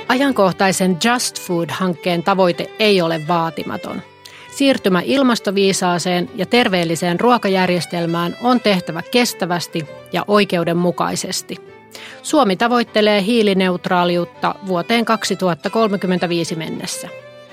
Ajankohtaisen Just Food-hankkeen tavoite ei ole vaatimaton. Siirtymä ilmastoviisaaseen ja terveelliseen ruokajärjestelmään on tehtävä kestävästi ja oikeudenmukaisesti. Suomi tavoittelee hiilineutraaliutta vuoteen 2035 mennessä.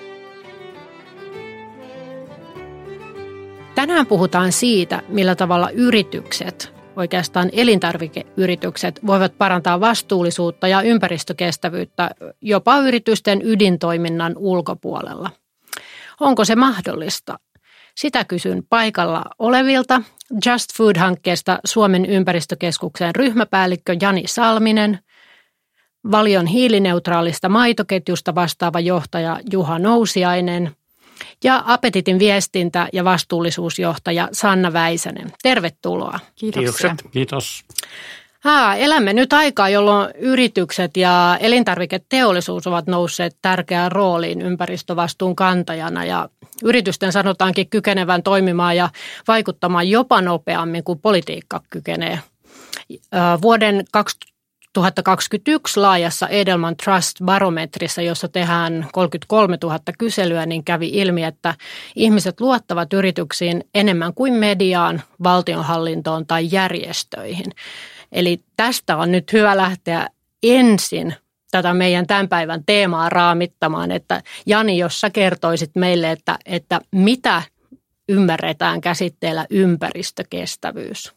Tänään puhutaan siitä, millä tavalla yritykset, oikeastaan elintarvikeyritykset, voivat parantaa vastuullisuutta ja ympäristökestävyyttä jopa yritysten ydintoiminnan ulkopuolella. Onko se mahdollista? Sitä kysyn paikalla olevilta Just Food-hankkeesta Suomen ympäristökeskuksen ryhmäpäällikkö Jani Salminen, Valion hiilineutraalista maitoketjusta vastaava johtaja Juha Nousiainen ja Apetitin viestintä- ja vastuullisuusjohtaja Sanna Väisänen. Tervetuloa. Kiitoksia. Kiitos. Elämme nyt aikaa, jolloin yritykset ja elintarviketeollisuus ovat nousseet tärkeään rooliin ympäristövastuun kantajana ja yritysten sanotaankin kykenevän toimimaan ja vaikuttamaan jopa nopeammin kuin politiikka kykenee. Vuoden 2021 laajassa Edelman Trust-barometrissa, jossa tehdään 33 000 kyselyä, niin kävi ilmi, että ihmiset luottavat yrityksiin enemmän kuin mediaan, valtionhallintoon tai järjestöihin. Eli tästä on nyt hyvä lähteä ensin tätä meidän tämän päivän teemaa raamittamaan, että Jani, jos sä kertoisit meille, että mitä ymmärretään käsitteellä ympäristökestävyys?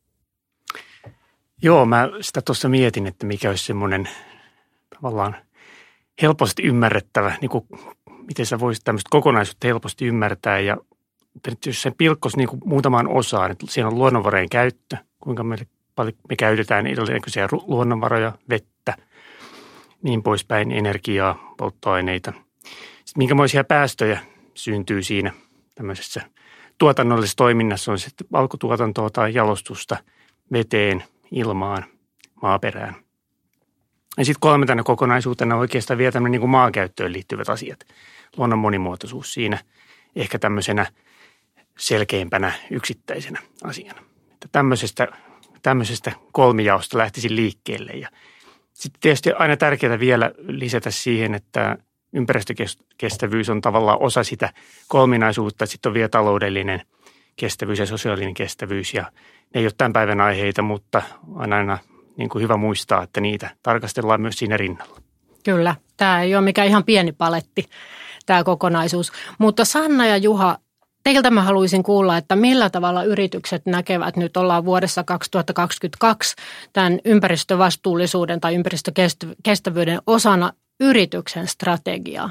Joo, mä sitä tuossa mietin, että mikä olisi semmoinen tavallaan helposti ymmärrettävä, niin kuin miten sä voisit tämmöistä kokonaisuutta helposti ymmärtää ja jos sen pilkkoisi niin kuin muutamaan osaan, että siinä on luonnonvarojen käyttö, kuinka me käytetään erilaisia luonnonvaroja, vettä, niin poispäin, energiaa, polttoaineita. Sitten minkälaisia päästöjä syntyy siinä tämmöisessä tuotannollisessa toiminnassa, on sitten alkutuotantoa tai jalostusta veteen, ilmaan, maaperään. Ja sitten kolmantena kokonaisuutena oikeastaan vielä tämmöinen niin kuin maankäyttöön liittyvät asiat. Luonnon monimuotoisuus siinä ehkä tämmöisenä selkeimpänä yksittäisenä asiana. Että tämmöisestä kolmijaosta lähtisin liikkeelle. Ja sitten tietysti aina tärkeää vielä lisätä siihen, että ympäristökestävyys on tavallaan osa sitä kolminaisuutta. Sitten on vielä taloudellinen kestävyys ja sosiaalinen kestävyys ja ne ei ole tämän päivän aiheita, mutta on aina niin kuin hyvä muistaa, että niitä tarkastellaan myös siinä rinnalla. Kyllä, tämä ei ole mikään ihan pieni paletti, tämä kokonaisuus. Mutta Sanna ja Juha, teiltä mä haluaisin kuulla, että millä tavalla yritykset näkevät, nyt ollaan vuodessa 2022, tämän ympäristövastuullisuuden tai ympäristökestävyyden osana yrityksen strategiaa?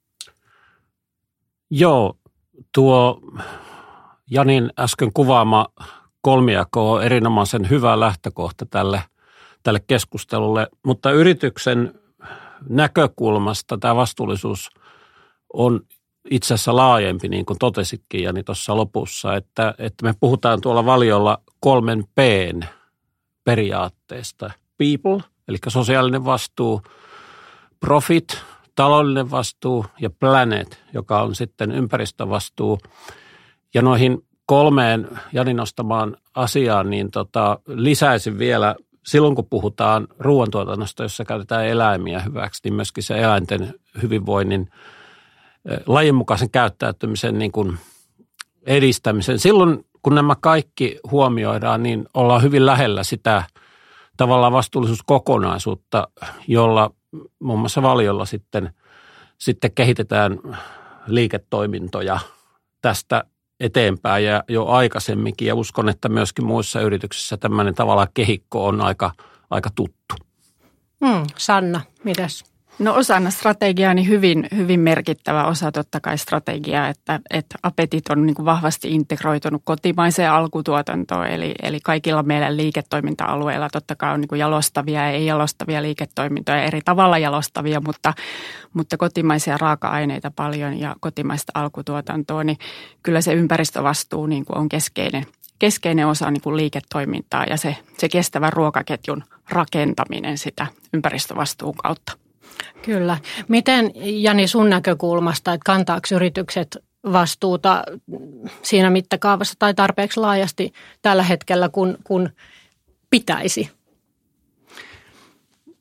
Joo, tuo Janin äsken kuvaama kolmijako on erinomaisen hyvä lähtökohta tälle keskustelulle, mutta yrityksen näkökulmasta tämä vastuullisuus on itse asiassa laajempi, niin kuin totesitkin Jani tuossa lopussa, että me puhutaan tuolla Valiolla 3 P:n periaatteesta. People, eli sosiaalinen vastuu, profit, taloudellinen vastuu ja planet, joka on sitten ympäristövastuu. Ja noihin 3 Jani nostamaan asiaan, niin lisäisin vielä, silloin kun puhutaan ruoantuotannosta, jossa käytetään eläimiä hyväksi, niin myöskin se eläinten hyvinvoinnin lajinmukaisen käyttäytymisen niin kuin edistämisen. Silloin kun nämä kaikki huomioidaan, niin ollaan hyvin lähellä sitä tavallaan vastuullisuuskokonaisuutta, jolla muun muassa Valiolla sitten kehitetään liiketoimintoja tästä eteenpäin ja jo aikaisemminkin. Ja uskon, että myöskin muissa yrityksissä tämmöinen tavallaan kehikko on aika tuttu. Sanna, mitäs? No osana strategiaa niin hyvin merkittävä osa totta kai strategiaa, että Apetit on niin kuin vahvasti integroitunut kotimaiseen alkutuotantoon. Eli kaikilla meidän liiketoiminta-alueilla totta kai on niin kuin jalostavia ja ei-jalostavia liiketoimintoja, eri tavalla jalostavia, mutta kotimaisia raaka-aineita paljon ja kotimaista alkutuotantoa, niin kyllä se ympäristövastuu niin kuin on keskeinen osa niin kuin liiketoimintaa ja se kestävän ruokaketjun rakentaminen sitä ympäristövastuun kautta. Kyllä. Miten, Jani, sun näkökulmasta, että kantaako yritykset vastuuta siinä mittakaavassa tai tarpeeksi laajasti tällä hetkellä, kun pitäisi?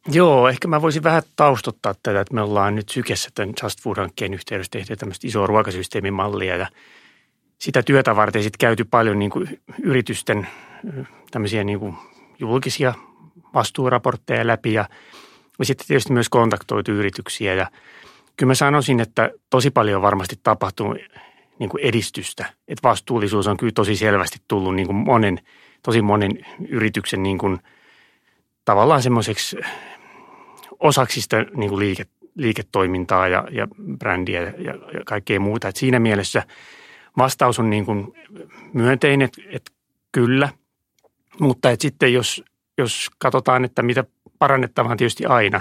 Joo, ehkä mä voisin vähän taustottaa tätä, että me ollaan nyt Sykessä tämän Just Food-hankkeen yhteydessä tehty tämmöistä isoa ruokasysteemimallia ja sitä työtä varten sitten käyty paljon niin kuin yritysten tämmöisiä niin kuin julkisia vastuuraportteja läpi ja sitten tietysti myös kontaktoitu yrityksiä ja kyllä mä sanoisin, että tosi paljon on varmasti tapahtunut niin kuin edistystä, että vastuullisuus on kyllä tosi selvästi tullut niin kuin tosi monen yrityksen niin kuin tavallaan semmoiseksi osaksi sitä niin kuin liiketoimintaa ja brändiä ja kaikkea muuta. Et siinä mielessä vastaus on niin kuin myönteinen, että kyllä, mutta että sitten jos katsotaan, että mitä parannettavaa on tietysti aina,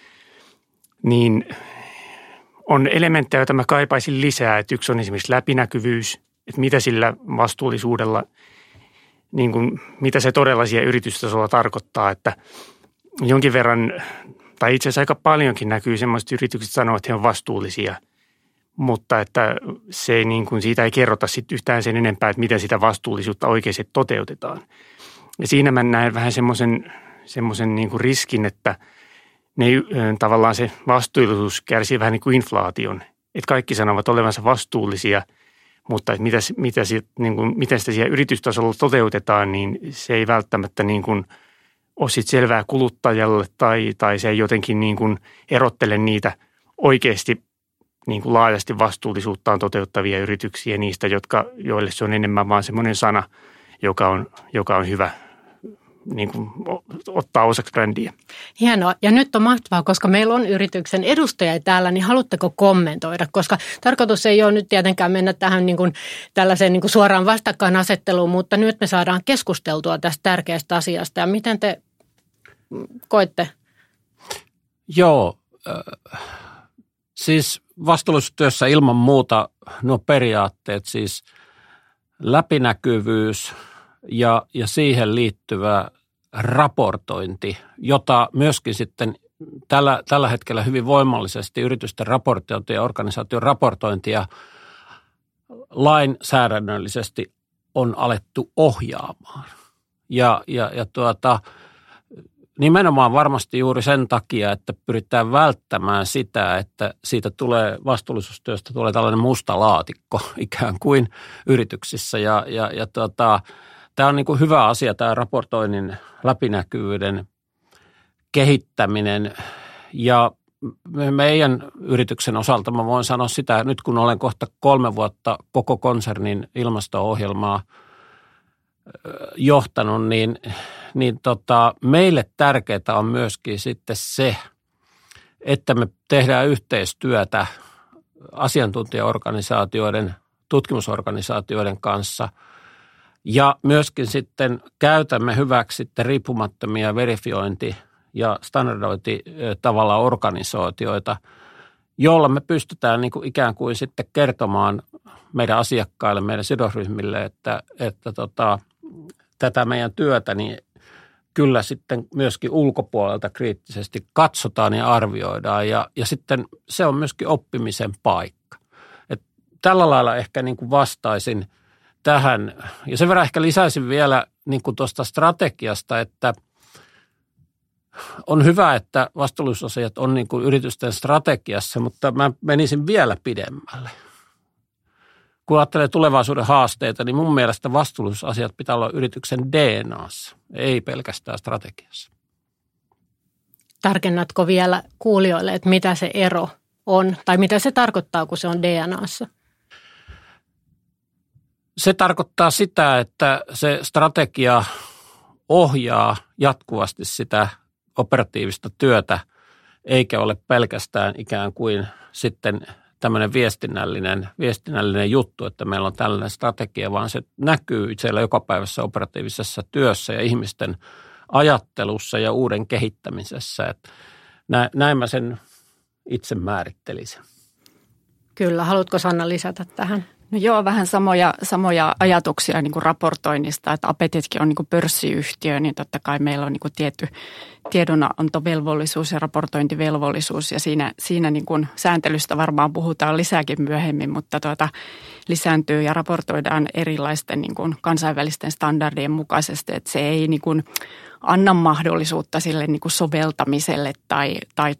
niin on elementtejä, joita mä kaipaisin lisää. Että yksi on esimerkiksi läpinäkyvyys, että mitä sillä vastuullisuudella, niin kuin, mitä se todella siellä yritystasolla tarkoittaa, että jonkin verran, tai itse asiassa aika paljonkin näkyy sellaiset yritykset sanoo, että he on vastuullisia, mutta että se ei, niin kuin, siitä ei kerrota sit yhtään sen enempää, että miten sitä vastuullisuutta oikeasti toteutetaan. Ja siinä mä näen vähän semmoisen niin kuin riskin, että tavallaan se vastuullisuus kärsii vähän niin kuin inflaation. Että kaikki sanovat olevansa vastuullisia, mutta että miten sitä siellä yritystasolla toteutetaan, niin se ei välttämättä niin kuin ole sit selvää kuluttajalle tai se ei jotenkin niin kuin erottele niitä oikeasti niin kuin laajasti vastuullisuuttaan toteuttavia yrityksiä niistä, joille se on enemmän vaan semmoinen sana, joka on hyvä niin kuin ottaa osaksi brändiä. Hienoa. Ja nyt on mahtavaa, koska meillä on yrityksen edustajia täällä, niin haluatteko kommentoida? Koska tarkoitus ei ole nyt tietenkään mennä tähän niin kuin tällaiseen niin kuin suoraan vastakkainasetteluun, mutta nyt me saadaan keskusteltua tästä tärkeästä asiasta. Ja miten te koette? Joo, siis vastuullisuustyössä ilman muuta nuo periaatteet, siis läpinäkyvyys ja siihen liittyvä raportointi, jota myöskin sitten tällä hetkellä hyvin voimallisesti yritysten raportointia ja organisaation raportointia lainsäädännöllisesti on alettu ohjaamaan. Ja nimenomaan varmasti juuri sen takia, että pyritään välttämään sitä, että siitä vastuullisuustyöstä tulee tällainen musta laatikko ikään kuin yrityksissä tämä on niin kuin hyvä asia, tämä raportoinnin läpinäkyvyyden kehittäminen ja meidän yrityksen osalta mä voin sanoa sitä, nyt kun olen kohta 3 vuotta koko konsernin ilmasto-ohjelmaa johtanut, niin meille tärkeää on myöskin sitten se, että me tehdään yhteistyötä asiantuntijaorganisaatioiden, tutkimusorganisaatioiden kanssa ja myöskin sitten käytämme hyväksi sitten riippumattomia verifiointi- ja standardointi tavalla organisaatioita, jolla me pystytään niin kuin ikään kuin sitten kertomaan meidän asiakkaille, meidän sidosryhmille, että tätä meidän työtä niin kyllä sitten myöskin ulkopuolelta kriittisesti katsotaan ja arvioidaan ja sitten se on myöskin oppimisen paikka. Et tällä lailla ehkä niin kuin vastaisin tähän ja sen verran ehkä lisäisin vielä niin kuin tuosta strategiasta, että on hyvä, että vastuullisuusasiat on niin kuin yritysten strategiassa, mutta mä menisin vielä pidemmälle. Kun ajattelee tulevaisuuden haasteita, niin mun mielestä vastuullisuusasiat pitää olla yrityksen DNAssa, ei pelkästään strategiassa. Tarkennatko vielä kuulijoille, että mitä se ero on tai mitä se tarkoittaa, kun se on DNAssa? Se tarkoittaa sitä, että se strategia ohjaa jatkuvasti sitä operatiivista työtä, eikä ole pelkästään ikään kuin sitten tämmöinen viestinnällinen juttu, että meillä on tällainen strategia, vaan se näkyy siellä jokapäiväisessä operatiivisessa työssä ja ihmisten ajattelussa ja uuden kehittämisessä. Että näin mä sen itse määrittelisin. Kyllä. Haluatko Sanna lisätä tähän? No joo, vähän samoja ajatuksia niin kuin raportoinnista, että Apetitkin on niin kuin pörssiyhtiö, niin totta kai meillä on niin kuin tietty tiedonantovelvollisuus ja raportointivelvollisuus ja siinä niin kuin sääntelystä varmaan puhutaan lisääkin myöhemmin, mutta lisääntyy ja raportoidaan erilaisten niin kuin kansainvälisten standardien mukaisesti, että se ei niin kuin anna mahdollisuutta sille niin kuin soveltamiselle tai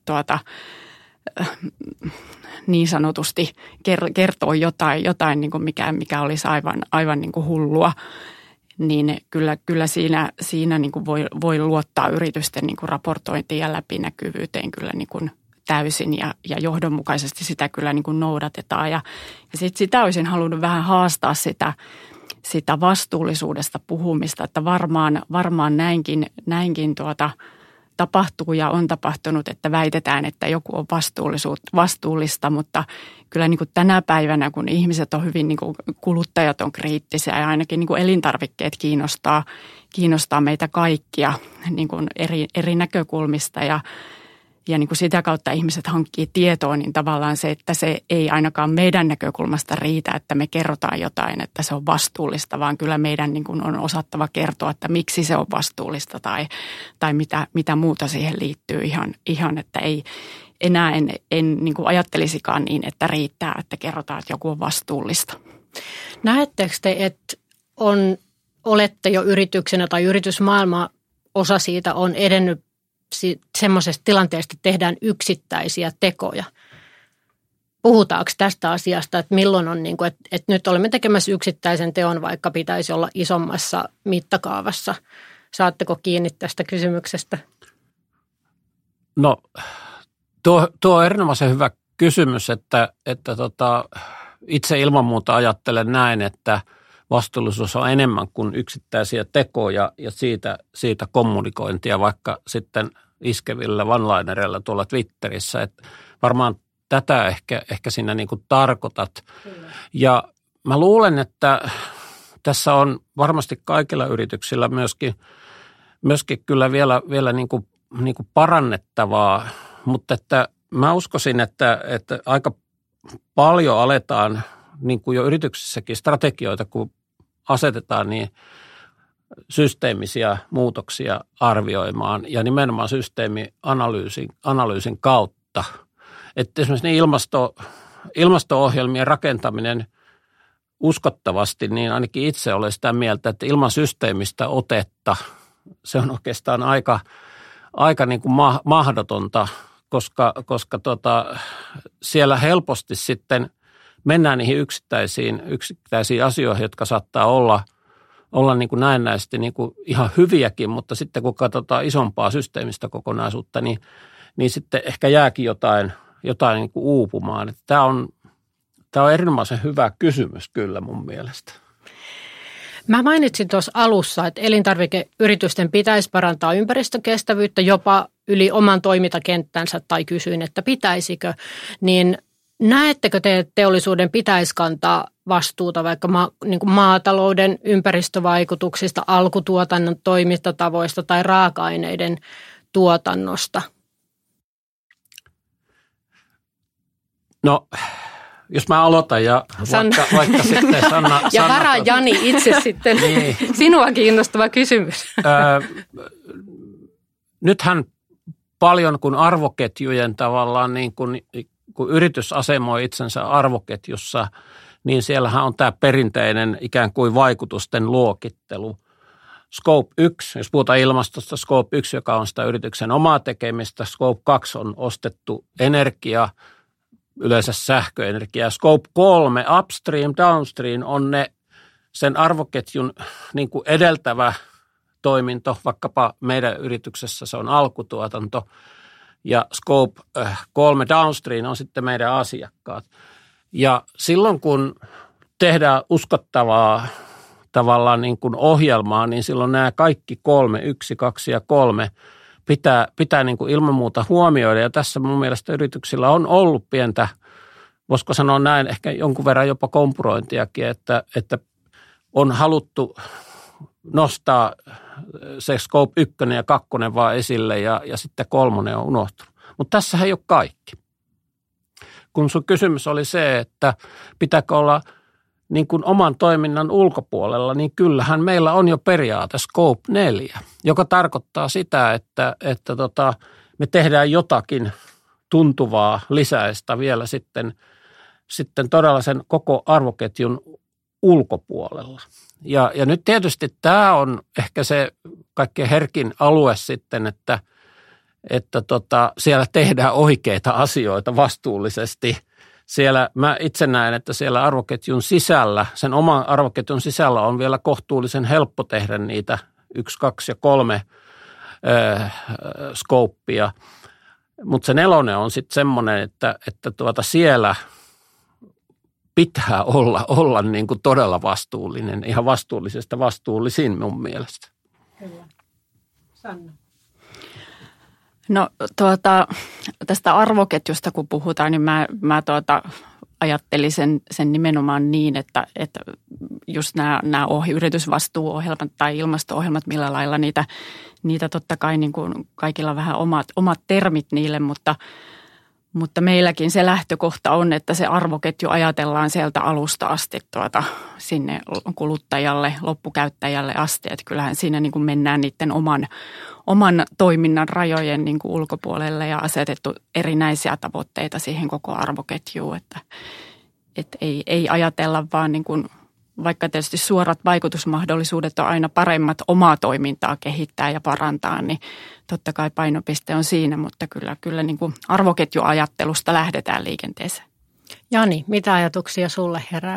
niin sanotusti kertoo jotain niin kuin mikä olisi aivan niin kuin hullua, niin kyllä siinä niin kuin voi luottaa yritysten niin kuin raportointiin ja läpinäkyvyyteen kyllä niin kuin täysin ja johdonmukaisesti sitä kyllä niin kuin noudatetaan. Ja sitten sitä olisin halunnut vähän haastaa sitä vastuullisuudesta puhumista, että varmaan näinkin tapahtuu ja on tapahtunut, että väitetään, että joku on vastuullista, mutta kyllä niin kuin tänä päivänä, kun ihmiset on hyvin, niin kuin kuluttajat on kriittisiä ja ainakin niin kuin elintarvikkeet kiinnostaa meitä kaikkia niin kuin eri näkökulmista ja niin kuin sitä kautta ihmiset hankkii tietoa, niin tavallaan se, että se ei ainakaan meidän näkökulmasta riitä, että me kerrotaan jotain, että se on vastuullista, vaan kyllä meidän niin kuin on osattava kertoa, että miksi se on vastuullista tai mitä muuta siihen liittyy ihan että ei enää en niin kuin ajattelisikaan niin, että riittää, että kerrotaan, että joku on vastuullista. Näettekö te, että olette jo yrityksenä tai yritysmaailma osa siitä on edennyt semmoisesta tilanteesta tehdään yksittäisiä tekoja. Puhutaanko tästä asiasta, että milloin on niin kuin, että nyt olemme tekemässä yksittäisen teon, vaikka pitäisi olla isommassa mittakaavassa. Saatteko kiinni tästä kysymyksestä? No tuo on erinomaisen hyvä kysymys, että itse ilman muuta ajattelen näin, että vastuullisuus on enemmän kuin yksittäisiä tekoja ja siitä kommunikointia vaikka sitten iskevillä one-linereilla tuolla Twitterissä. Että varmaan tätä ehkä sinä niin kuin tarkoitat. Kyllä. Ja mä luulen, että tässä on varmasti kaikilla yrityksillä myöskin kyllä vielä niin kuin parannettavaa, mutta että mä uskoisin, että aika paljon aletaan niin kuin jo yrityksissäkin strategioita, kun asetetaan niin systeemisiä muutoksia arvioimaan ja nimenomaan systeemianalyysin kautta. Että esimerkiksi niin ilmasto-ohjelmien rakentaminen uskottavasti, niin ainakin itse olen sitä mieltä, että ilman systeemistä otetta se on oikeastaan aika niin kuin mahdotonta, koska siellä helposti sitten mennään niihin yksittäisiin asioihin, jotka saattaa olla niin kuin näennäisesti niin kuin ihan hyviäkin, mutta sitten kun katsotaan isompaa systeemistä kokonaisuutta, niin sitten ehkä jääkin jotain niin kuin uupumaan. Että tämä on erinomaisen hyvä kysymys kyllä mun mielestä. Mä mainitsin tuossa alussa, että elintarvikeyritysten pitäisi parantaa ympäristökestävyyttä jopa yli oman toimintakenttänsä tai kysyin, että pitäisikö, niin näettekö te, että teollisuuden pitäisi kantaa vastuuta vaikka niin kuin maatalouden ympäristövaikutuksista, alkutuotannon toimintatavoista tai raaka-aineiden tuotannosta? No, jos mä aloitan ja vaikka sitten Sanna... Ja varaa Jani itse sitten. Niin. Sinua kiinnostava kysymys. Nythän paljon kun arvoketjujen tavallaan niin kun yritys asemoi itsensä arvoketjussa, niin siellähän on tämä perinteinen ikään kuin vaikutusten luokittelu. Scope 1, jos puhutaan ilmastosta, Scope 1, joka on sitä yrityksen omaa tekemistä, Scope 2 on ostettu energia, yleensä sähköenergia. Scope 3, upstream, downstream on sen arvoketjun niin kuin edeltävä toiminto, vaikkapa meidän yrityksessä se on alkutuotanto. Ja Scope 3 downstream on sitten meidän asiakkaat. Ja silloin kun tehdään uskottavaa tavallaan niin kuin ohjelmaa, niin silloin nämä kaikki 3, 1, 2 ja 3 pitää niin kuin ilman muuta huomioida. Ja tässä mun mielestä yrityksillä on ollut pientä, voisiko sanoa näin, ehkä jonkun verran jopa kompurointiakin, että on haluttu nostaa se Scope 1 ja 2 vaan esille ja sitten 3 on unohtunut. Mutta tässä ei ole kaikki. Kun sun kysymys oli se, että pitääkö olla niin kuin oman toiminnan ulkopuolella, niin kyllähän meillä on jo periaate Scope 4, joka tarkoittaa sitä, että me tehdään jotakin tuntuvaa lisäistä vielä sitten todella sen koko arvoketjun ulkopuolella. Ja nyt tietysti tämä on ehkä se kaikkein herkin alue sitten, että siellä tehdään oikeita asioita vastuullisesti. Siellä mä itse näen, että siellä arvoketjun sisällä, sen oman arvoketjun sisällä on vielä kohtuullisen helppo tehdä niitä 1, 2 ja 3 skouppia. Mutta se 4 on sitten semmoinen, että siellä pitää olla niin kuin todella vastuullinen, ihan vastuullisesta vastuullisin mun mielestä. Kyllä. Sanna. No tästä arvoketjusta kun puhutaan, niin mä ajattelin sen nimenomaan niin, että just nämä yritysvastuuohjelmat tai ilmasto-ohjelmat, millä lailla niitä totta kai niin kuin kaikilla on vähän omat termit niille, mutta meilläkin se lähtökohta on, että se arvoketju ajatellaan sieltä alusta asti sinne kuluttajalle, loppukäyttäjälle asti. Että kyllähän siinä niin kuin mennään niiden oman toiminnan rajojen niin kuin ulkopuolelle ja asetettu erinäisiä tavoitteita siihen koko arvoketjuun. Että ei ajatella vaan niin kuin, vaikka tietysti suorat vaikutusmahdollisuudet on aina paremmat omaa toimintaa kehittää ja parantaa, niin totta kai painopiste on siinä, mutta kyllä niin kuin arvoketjuajattelusta lähdetään liikenteeseen. Jani, mitä ajatuksia sulle herää?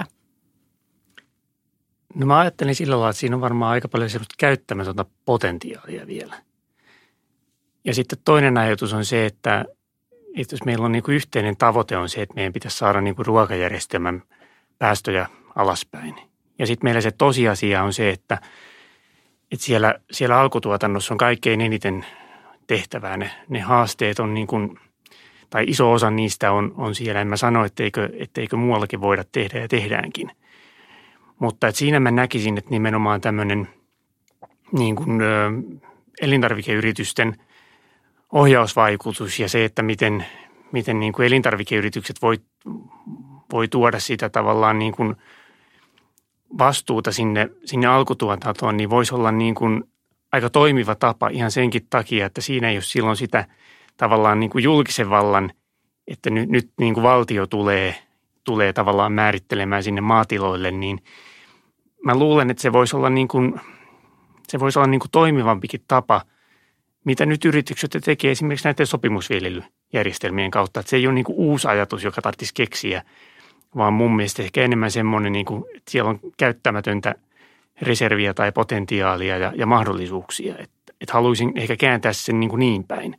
No mä ajattelin sillä lailla, että siinä on varmaan aika paljon semmoista käyttämätöntä potentiaalia vielä. Ja sitten toinen ajatus on se, että jos meillä on niin kuin yhteinen tavoite on se, että meidän pitäisi saada niin kuin ruokajärjestelmän päästöjä alaspäin. Ja sitten meillä se tosiasia on se, että siellä alkutuotannossa on kaikkein eniten tehtävää. Ne haasteet on niin kuin, tai iso osa niistä on siellä. En mä sano, etteikö muuallakin voida tehdä ja tehdäänkin. Mutta että siinä mä näkisin, että nimenomaan tämmöinen niin kuin, elintarvikeyritysten ohjausvaikutus ja se, että miten niin kuin elintarvikeyritykset voi tuoda sitä tavallaan niin kuin vastuuta sinne alkutuotantoon, niin voisi olla niin kuin aika toimiva tapa ihan senkin takia, että siinä ei ole silloin sitä tavallaan niin kuin julkisen vallan, että nyt niin kuin valtio tulee tavallaan määrittelemään sinne maatiloille, niin mä luulen, että se voisi olla niin kuin toimivampikin tapa, mitä nyt yritykset tekee esimerkiksi näiden sopimusviljelyjärjestelmien kautta. Että se ei ole niin kuin uusi ajatus, joka tarvitsisi keksiä, vaan mun mielestä ehkä enemmän semmoinen, niin kuin, että siellä on käyttämätöntä reserviä tai potentiaalia ja mahdollisuuksia. Että haluaisin ehkä kääntää sen niin päin.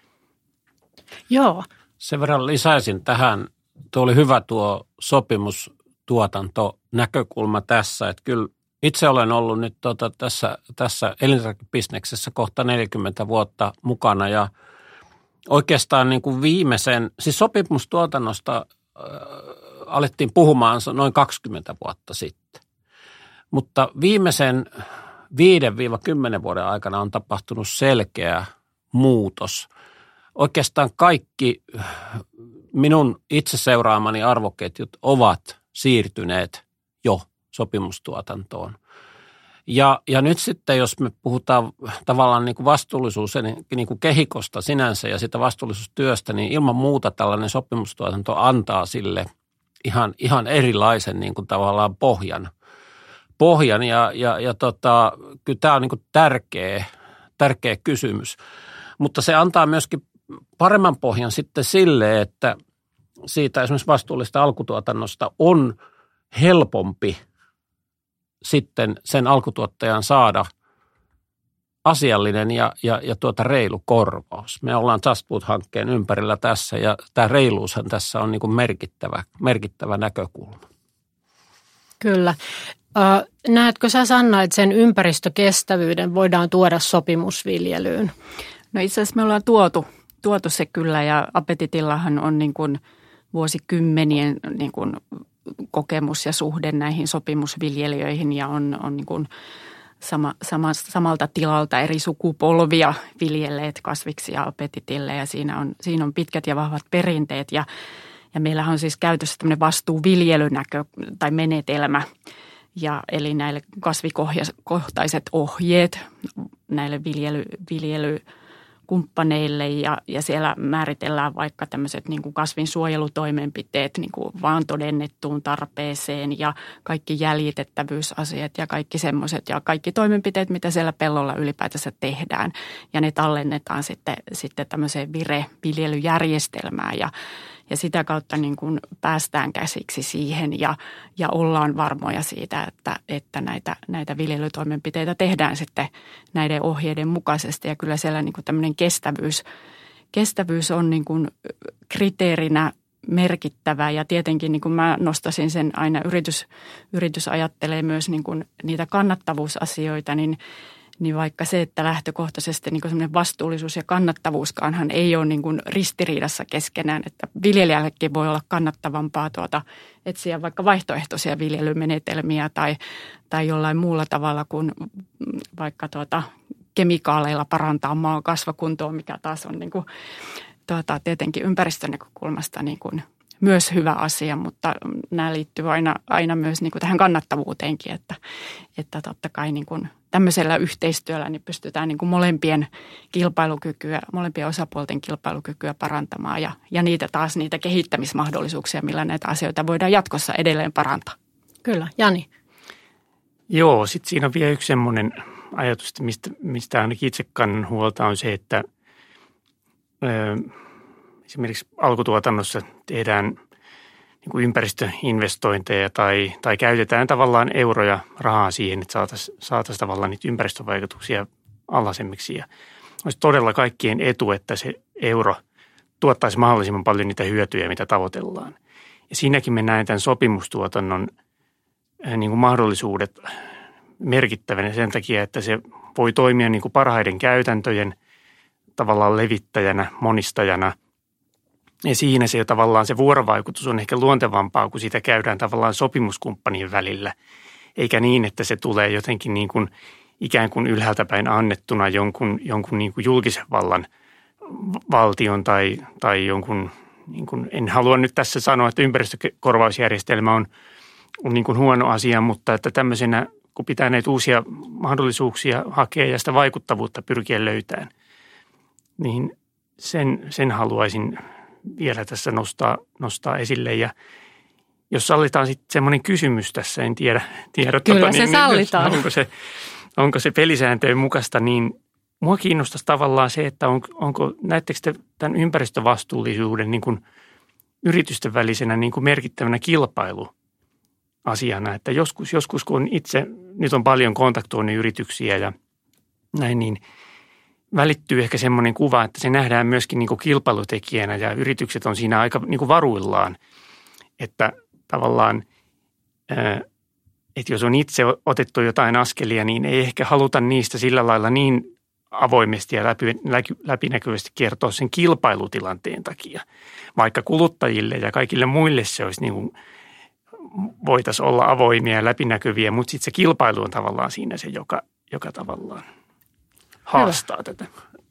Joo. Sen verran lisäisin tähän, tuo oli hyvä tuo sopimustuotantonäkökulma tässä, että kyllä itse olen ollut nyt tässä elintarvikebisneksessä kohta 40 vuotta mukana ja oikeastaan niin kuin siis sopimustuotannosta alettiin puhumaan noin 20 vuotta sitten. Mutta viimeisen 5-10 vuoden aikana on tapahtunut selkeä muutos. Oikeastaan kaikki minun itse seuraamani arvoketjut ovat siirtyneet jo sopimustuotantoon. Ja nyt sitten, jos me puhutaan tavallaan niin kuin vastuullisuus niin kuin kehikosta sinänsä ja sitä vastuullisuustyöstä, niin ilman muuta tällainen sopimustuotanto antaa sille ihan erilaisen niin kuin tavallaan pohjan ja kyllä tämä on niin kuin tärkeä kysymys. Mutta se antaa myöskin paremman pohjan sitten sille, että siitä esimerkiksi vastuullista alkutuotannosta on helpompi sitten sen alkutuottajan saada asiallinen ja reilu korvaus. Me ollaan Just Food-hankkeen ympärillä tässä ja tämä reiluushan tässä on niin kuin merkittävä näkökulma. Kyllä. Näetkö sä, Sanna, että sen ympäristökestävyyden voidaan tuoda sopimusviljelyyn? No itse asiassa me ollaan tuotu se kyllä ja Appetitillahan on niin kuin vuosikymmenien niin kuin kokemus ja suhde näihin sopimusviljelijöihin ja on niin kuin samalta tilalta eri sukupolvia viljelleet kasviksi ja Appetitille ja siinä on pitkät ja vahvat perinteet Ja meillähän on siis käytössä tämmöinen vastuuviljelynäkö tai menetelmä, eli näille kasvikohtaiset ohjeet näille viljelykumppaneille ja siellä määritellään vaikka tämmöiset niin kuin kasvinsuojelutoimenpiteet niin kuin vaan todennettuun tarpeeseen ja kaikki jäljitettävyysasiat ja kaikki semmoiset ja kaikki toimenpiteet, mitä siellä pellolla ylipäätänsä tehdään. Ja ne tallennetaan sitten tämmöiseen viljelyjärjestelmään ja sitä kautta niin kuin päästään käsiksi siihen ja ollaan varmoja siitä, että näitä viljelytoimenpiteitä tehdään sitten näiden ohjeiden mukaisesti. Ja kyllä siellä niin kuin tämmöinen kestävyys on niin kuin kriteerinä merkittävä ja tietenkin niin kuin mä nostasin sen aina, yritys ajattelee myös niin kuin niitä kannattavuusasioita, niin vaikka se, että lähtökohtaisesti niin kuin semmoinen vastuullisuus ja kannattavuuskaanhan ei ole niin kuin ristiriidassa keskenään, että viljelijällekin voi olla kannattavampaa etsiä vaikka vaihtoehtoisia viljelymenetelmiä tai jollain muulla tavalla kuin vaikka kemikaaleilla parantaa maan kasvakuntoa, mikä taas on niin kuin, tietenkin ympäristön näkökulmasta niin kuin myös hyvä asia, mutta nämä liittyy aina myös niin kuin tähän kannattavuuteenkin, että totta kai niin kuin tämmöisellä yhteistyöllä niin pystytään niin kuin molempien osapuolten kilpailukykyä parantamaan ja niitä kehittämismahdollisuuksia, millä näitä asioita voidaan jatkossa edelleen parantaa. Kyllä, Jani. Joo, sitten siinä on vielä yksi semmoinen ajatus, mistä ainakin itse kannan huolta on se, että esimerkiksi alkutuotannossa tehdään niin kuin ympäristöinvestointeja tai käytetään tavallaan euroja rahaa siihen, että saataisiin tavallaan niitä ympäristövaikutuksia alhaisemmiksi. Ja olisi todella kaikkien etu, että se euro tuottaisi mahdollisimman paljon niitä hyötyjä, mitä tavoitellaan. Ja siinäkin me näen tämän sopimustuotannon niin kuin mahdollisuudet merkittävänä sen takia, että se voi toimia niin kuin parhaiden käytäntöjen tavallaan levittäjänä, monistajana. Ja siinä se tavallaan se vuorovaikutus on ehkä luontevampaa, kun sitä käydään tavallaan sopimuskumppanien välillä. Eikä niin, että se tulee jotenkin niin kuin ikään kuin ylhäältä päin annettuna jonkun niin kuin julkisen valtion tai jonkun, niin kuin, en halua nyt tässä sanoa, että ympäristökorvausjärjestelmä on niin kuin huono asia, mutta että tämmöisenä, kun pitää näitä uusia mahdollisuuksia hakea ja sitä vaikuttavuutta pyrkiä löytämään, niin sen haluaisin vielä tässä nostaa esille. Ja jos sallitaan sitten semmoinen kysymys tässä, en tiedä Kyllä se sallitaan. Onko se pelisääntöjen mukaista, niin mua kiinnostaisi tavallaan se, että näettekö te tämän ympäristövastuullisuuden niin kuin yritysten välisenä niin kuin merkittävänä kilpailuasiana, että joskus kun itse, nyt on paljon kontaktoinut yrityksiä ja näin, niin välittyy ehkä semmoinen kuva, että se nähdään myöskin niin kuin kilpailutekijänä ja yritykset on siinä aika niin kuin varuillaan, että tavallaan, että jos on itse otettu jotain askelia, niin ei ehkä haluta niistä sillä lailla niin avoimesti ja läpinäkyvästi kertoa sen kilpailutilanteen takia. Vaikka kuluttajille ja kaikille muille se olisi niin kuin, voitaisiin olla avoimia ja läpinäkyviä, mutta sitten se kilpailu on tavallaan siinä se, joka tavallaan haastaa tätä.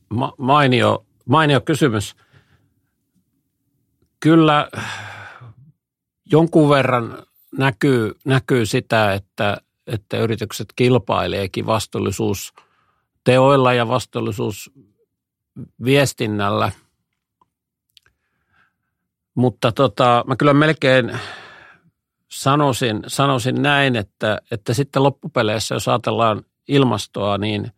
Mainio kysymys. Kyllä jonkun verran näkyy sitä, että yritykset kilpaileekin vastuullisuusteoilla ja vastuullisuusviestinnällä. Mutta mä kyllä melkein sanoisin näin, että sitten loppupeleissä, jos ajatellaan ilmastoa, niin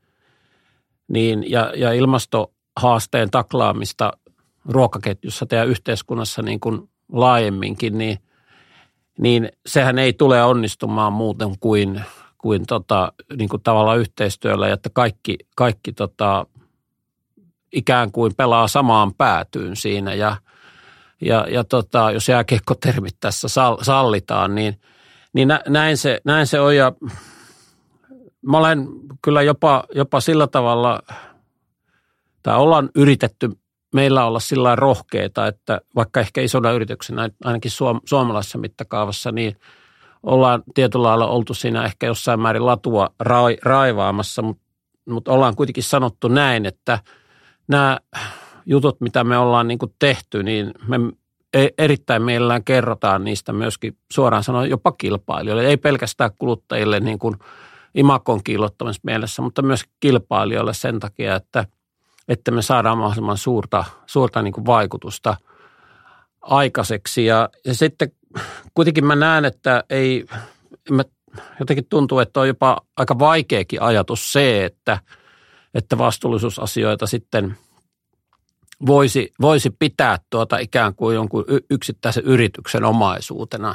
ja ilmastohaasteen taklaamista ruokaketjussa ja yhteiskunnassa niin kuin laajemminkin, niin sehän ei tule onnistumaan muuten kuin niin kuin tavallaan yhteistyöllä, että kaikki ikään kuin pelaa samaan päätyyn siinä ja jos jääkiekkotermit tässä sallitaan, niin näin se on ja mä olen kyllä jopa sillä tavalla, tai ollaan yritetty meillä olla sillä rohkeita, että vaikka ehkä isona yrityksenä, ainakin suomalaisessa mittakaavassa, niin ollaan tietyllä lailla oltu siinä ehkä jossain määrin latua raivaamassa, mutta ollaan kuitenkin sanottu näin, että nämä jutut, mitä me ollaan niin kuin tehty, niin me erittäin mielellään kerrotaan niistä myöskin suoraan sanoen jopa kilpailijoille. Ei pelkästään kuluttajille niin kuin imagon kiillottamassa mielessä, mutta myös kilpailijoille sen takia, että me saadaan mahdollisimman suurta niin kuin vaikutusta aikaiseksi. Ja sitten kuitenkin mä näen, että jotenkin tuntuu, että on jopa aika vaikeakin ajatus se, että vastuullisuusasioita sitten voisi pitää ikään kuin jonkun yksittäisen yrityksen omaisuutena.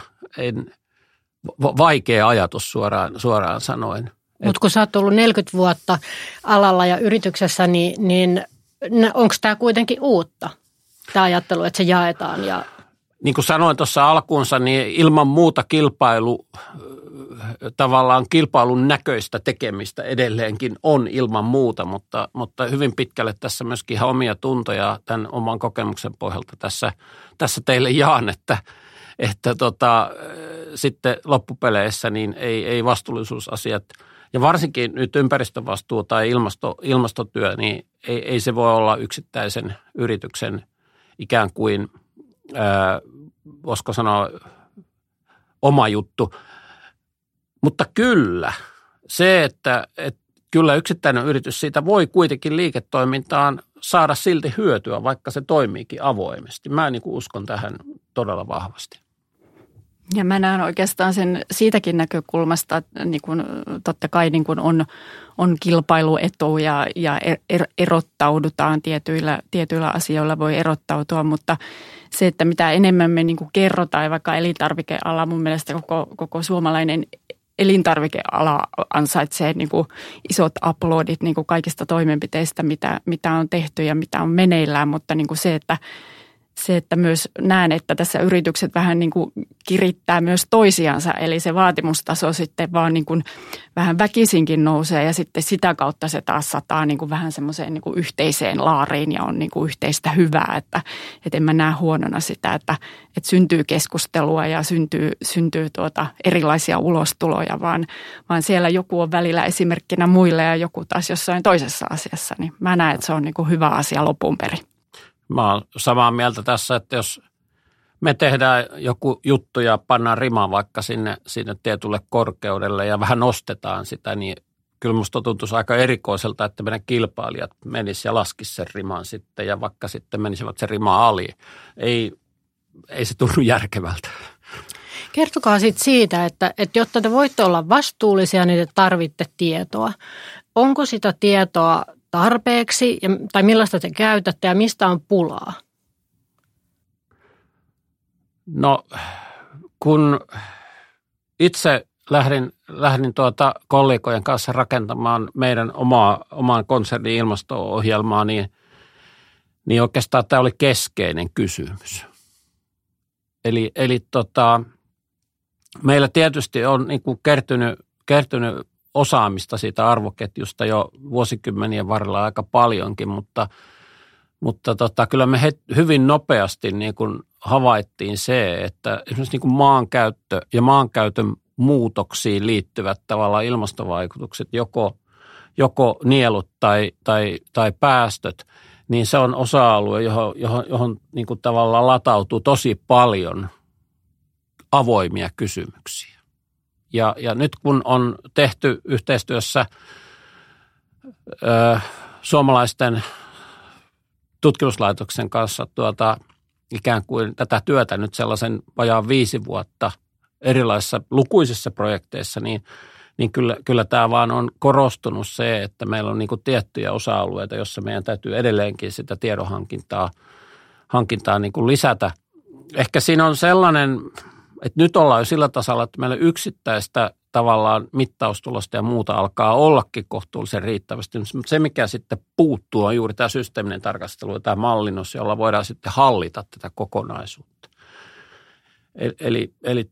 Vaikea ajatus suoraan sanoen. Mutta kun sä oot ollut 40 vuotta alalla ja yrityksessä, niin onko tämä kuitenkin uutta, tämä ajattelu, että se jaetaan? Ja niin kuin sanoin tuossa alkuunsa, niin ilman muuta tavallaan kilpailun näköistä tekemistä edelleenkin on ilman muuta, mutta hyvin pitkälle tässä myöskin ihan omia tuntoja tämän oman kokemuksen pohjalta tässä teille jaan, että sitten loppupeleissä niin ei vastuullisuusasiat ja varsinkin nyt ympäristövastuu tai ilmastotyö, niin ei se voi olla yksittäisen yrityksen ikään kuin, voisiko sanoa, oma juttu. Mutta kyllä, se, että kyllä yksittäinen yritys siitä voi kuitenkin liiketoimintaan saada silti hyötyä, vaikka se toimiikin avoimesti. Mä niin kuin uskon tähän todella vahvasti. Ja mä näen oikeastaan sen siitäkin näkökulmasta, että niin kun, totta kai niin kun on kilpailuetu ja erottaudutaan tietyillä asioilla voi erottautua, mutta se, että mitä enemmän me niin kun kerrotaan, vaikka elintarvikeala, mun mielestä koko suomalainen elintarvikeala ansaitsee niin kuin isot uploadit niin kuin kaikista toimenpiteistä, mitä on tehty ja mitä on meneillään, mutta niin kuin se, että myös näen, että tässä yritykset vähän niin kuin kirittää myös toisiansa, eli se vaatimustaso sitten vaan niin kuin vähän väkisinkin nousee ja sitten sitä kautta se taas sataa niin kuin vähän semmoiseen niin kuin yhteiseen laariin ja on niin kuin yhteistä hyvää, että en mä näe huonona sitä, että syntyy keskustelua ja syntyy erilaisia ulostuloja, vaan siellä joku on välillä esimerkkinä muille ja joku taas jossain toisessa asiassa, niin mä näen, että se on niin kuin hyvä asia lopun perin. Mä oon samaa mieltä tässä, että jos me tehdään joku juttu ja pannaan rima vaikka sinne tietylle korkeudelle ja vähän nostetaan sitä, niin kyllä musta tuntuisi aika erikoiselta, että meidän kilpailijat menis ja laskisi sen riman sitten ja vaikka sitten menisivät sen rima ali. Ei se tunnu järkevältä. Kertokaa sitten siitä, että jotta te voitte olla vastuullisia, niin te tarvitte tietoa. Onko sitä tietoa tarpeeksi tai millaista te käytätte ja mistä on pulaa? No, kun itse lähdin kollegojen kanssa rakentamaan meidän oman konsernin ilmasto-ohjelmaa, niin oikeastaan tämä oli keskeinen kysymys. Eli meillä tietysti on niin kuin kertynyt osaamista siitä arvoketjusta jo vuosikymmenien varrella aika paljonkin, mutta kyllä me hyvin nopeasti niin kuin havaittiin se, että esimerkiksi niin kuin maankäyttö ja maankäytön muutoksiin liittyvät tavallaan ilmastovaikutukset, joko nielut tai päästöt, niin se on osa-alue, johon niin kuin tavallaan latautuu tosi paljon avoimia kysymyksiä. Ja nyt kun on tehty yhteistyössä suomalaisten tutkimuslaitoksen kanssa ikään kuin tätä työtä nyt sellaisen vajaan 5 vuotta erilaisissa lukuisissa projekteissa, niin kyllä tämä vaan on korostunut se, että meillä on niin kuin tiettyjä osa-alueita, joissa meidän täytyy edelleenkin sitä tiedonhankintaa niin kuin lisätä. Ehkä siinä on sellainen, että nyt ollaan jo sillä tasolla, että meillä yksittäistä tavallaan mittaustulosta ja muuta alkaa ollakin kohtuullisen riittävästi. Mutta se, mikä sitten puuttuu, on juuri tämä systeeminen tarkastelu ja tämä mallinnus, jolla voidaan sitten hallita tätä kokonaisuutta. Eli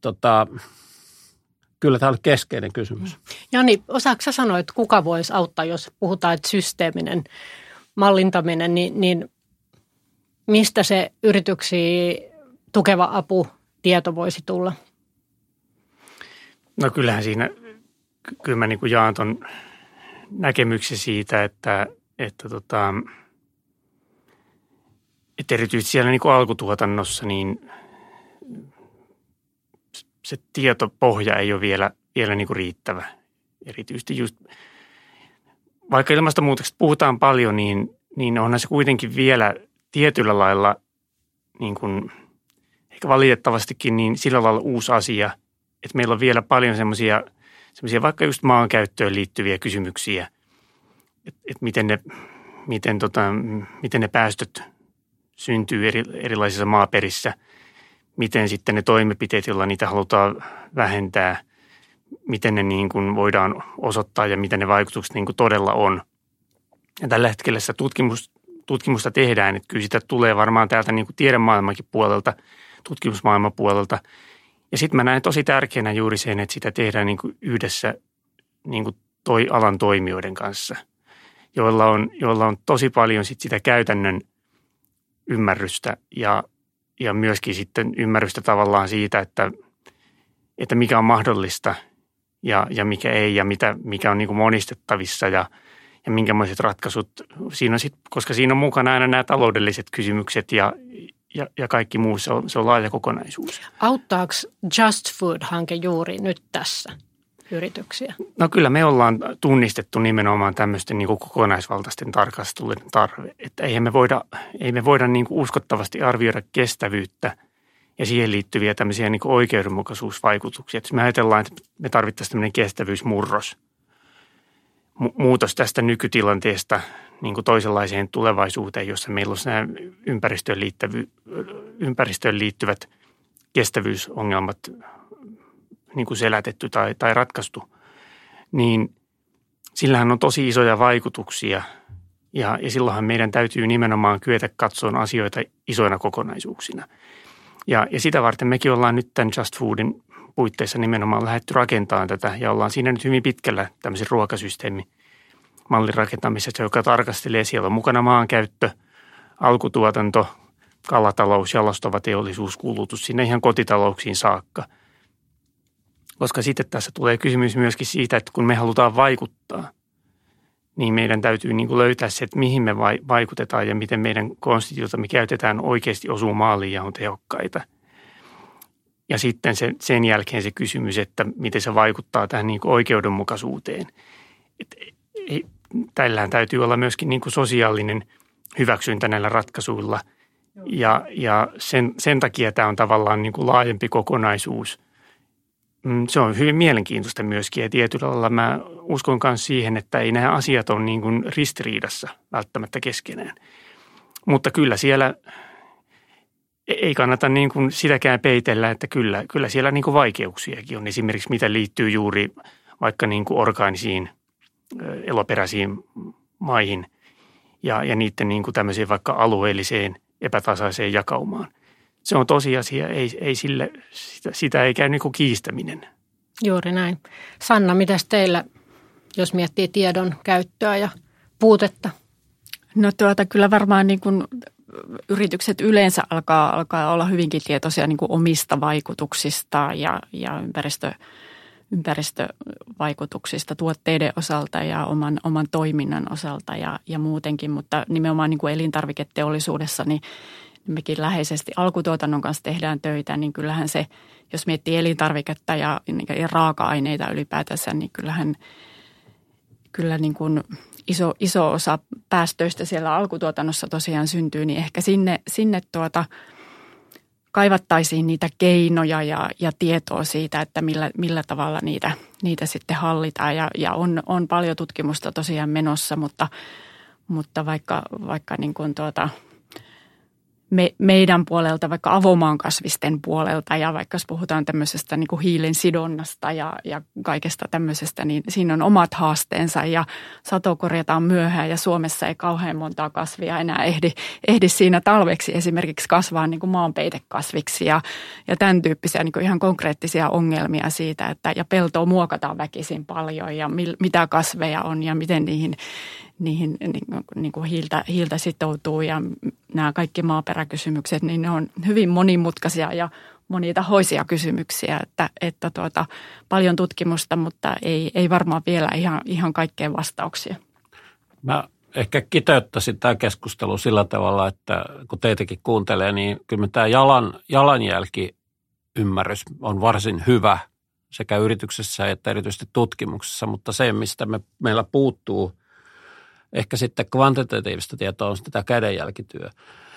kyllä tämä on keskeinen kysymys. Jani, osaatko sä sanoa, että kuka voisi auttaa, jos puhutaan, että systeeminen mallintaminen, niin mistä se yrityksiä tukeva apu, tieto voisi tulla? No kyllähän siinä, kyllä mä niin kuin jaan ton näkemyksen siitä, että että erityisesti siellä niin kuin alkutuotannossa, niin se tietopohja ei ole vielä niin kuin riittävä. Erityisesti just, vaikka ilmastonmuutoksesta puhutaan paljon, niin onhan se kuitenkin vielä tietyllä lailla, niin kuin, ehkä valitettavastikin, niin sillä lailla uusi asia, että meillä on vielä paljon semmoisia vaikka just maankäyttöön liittyviä kysymyksiä, että miten ne päästöt syntyy erilaisissa maaperissä, miten sitten ne toimenpiteet, joilla niitä halutaan vähentää, miten ne niin kuin voidaan osoittaa ja miten ne vaikutukset niin kuin todella on. Ja tällä hetkellä sitä tutkimusta tehdään, että kyllä sitä tulee varmaan täältä niin kuin tiedemaailmankin puolelta, tutkimusmaailman puolelta. Ja sitten mä näen tosi tärkeänä juuri sen, että sitä tehdään niin kuin yhdessä niin kuin alan toimijoiden kanssa, joilla on tosi paljon sit sitä käytännön ymmärrystä ja myöskin sitten ymmärrystä tavallaan siitä, että mikä on mahdollista ja mikä ei ja mikä on niin kuin monistettavissa ja minkälaiset ratkaisut. Siinä on koska siinä on mukana aina nämä taloudelliset kysymykset ja kaikki muu, se on laaja kokonaisuus. Auttaako Just Food-hanke juuri nyt tässä yrityksiä? No kyllä me ollaan tunnistettu nimenomaan tämmöisten niin kuin kokonaisvaltaisten tarkastelujen tarve. Että ei me voida niin kuin uskottavasti arvioida kestävyyttä ja siihen liittyviä tämmöisiä niin kuin oikeudenmukaisuusvaikutuksia. Että jos me ajatellaan, että me tarvittaisiin tämmöinen kestävyysmurros, muutos tästä nykytilanteesta niin kuin toisenlaiseen tulevaisuuteen, jossa meillä on nämä ympäristöön liittyvät kestävyysongelmat niin kuin selätetty tai ratkaistu, niin sillähän on tosi isoja vaikutuksia ja silloinhan meidän täytyy nimenomaan kyetä katsomaan asioita isoina kokonaisuuksina. Ja sitä varten mekin ollaan nyt tämän Just Foodin puitteissa nimenomaan lähdetty rakentamaan tätä ja ollaan siinä nyt hyvin pitkällä tämmöisen ruokasysteemimallin rakentamisessa, joka tarkastelee, siellä on mukana maankäyttö, alkutuotanto, kalatalous, jalostava teollisuus, kulutus, sinne ihan kotitalouksiin saakka. Koska sitten tässä tulee kysymys myöskin siitä, että kun me halutaan vaikuttaa, niin meidän täytyy niin kuin löytää se, että mihin me vaikutetaan ja miten meidän konstituutiota me käytetään oikeasti osuu maaliin ja on tehokkaita. Ja sitten sen jälkeen se kysymys, että miten se vaikuttaa tähän niin kuin oikeudenmukaisuuteen. Tällähän täytyy olla myöskin niin kuin sosiaalinen hyväksyntä näillä ratkaisuilla. Ja sen takia tämä on tavallaan niin kuin laajempi kokonaisuus. Se on hyvin mielenkiintoista myöskin ja tietyllä lailla mä uskon myös siihen, että ei nämä asiat ole niin kuin ristiriidassa välttämättä keskenään. Mutta kyllä siellä ei kannata niin kuin sitäkään peitellä, että kyllä siellä niin kuin vaikeuksiakin on. Esimerkiksi mitä liittyy juuri vaikka niin kuin orgaanisiin eloperäisiin maihin ja niiden niin kuin tämmöiseen vaikka alueelliseen epätasaiseen jakaumaan. Se on tosiasia, ei sitä ei käy niin kuin kiistäminen. Juuri näin. Sanna, mitäs teillä, jos miettii tiedon käyttöä ja puutetta? No kyllä varmaan niin kuin yritykset yleensä alkaa olla hyvinkin tietoisia niin kuin omista vaikutuksista ja ympäristövaikutuksista tuotteiden osalta ja oman toiminnan osalta ja muutenkin, mutta nimenomaan niin kuin elintarviketeollisuudessa niin mekin läheisesti alkutuotannon kanssa tehdään töitä, niin kyllähän se, jos miettii elintarviketta ja raaka-aineita ylipäätänsä, niin kyllä niin kuin iso osa päästöistä siellä alkutuotannossa tosiaan syntyy, niin ehkä sinne kaivattaisiin niitä keinoja ja tietoa siitä, että millä tavalla niitä sitten hallitaan. Ja on paljon tutkimusta tosiaan menossa, mutta vaikka niin kuin meidän puolelta, vaikka avomaankasvisten puolelta ja vaikka jos puhutaan tämmöisestä niin kuin hiilen sidonnasta ja kaikesta tämmöisestä, niin siinä on omat haasteensa ja sato korjataan myöhään ja Suomessa ei kauhean montaa kasvia enää ehdi siinä talveksi esimerkiksi kasvaa niin kuin maanpeitekasviksi ja tämän tyyppisiä niin kuin ihan konkreettisia ongelmia siitä, että ja peltoa muokataan väkisin paljon ja mitä kasveja on ja miten niihin niin kuin hiiltä sitoutuu ja nämä kaikki maaperäkysymykset, niin ne on hyvin monimutkaisia ja monitahoisia kysymyksiä, että paljon tutkimusta, mutta ei varmaan vielä ihan kaikkeen vastauksia. Mä ehkä kiteyttäisin tämä keskustelu sillä tavalla, että kun teitäkin kuuntelee, niin kyllä tämä jalanjälki-ymmärrys on varsin hyvä sekä yrityksessä että erityisesti tutkimuksessa, mutta se, mistä meillä puuttuu ehkä sitten kvantitatiivista tietoa, on tämä kädenjälkityö.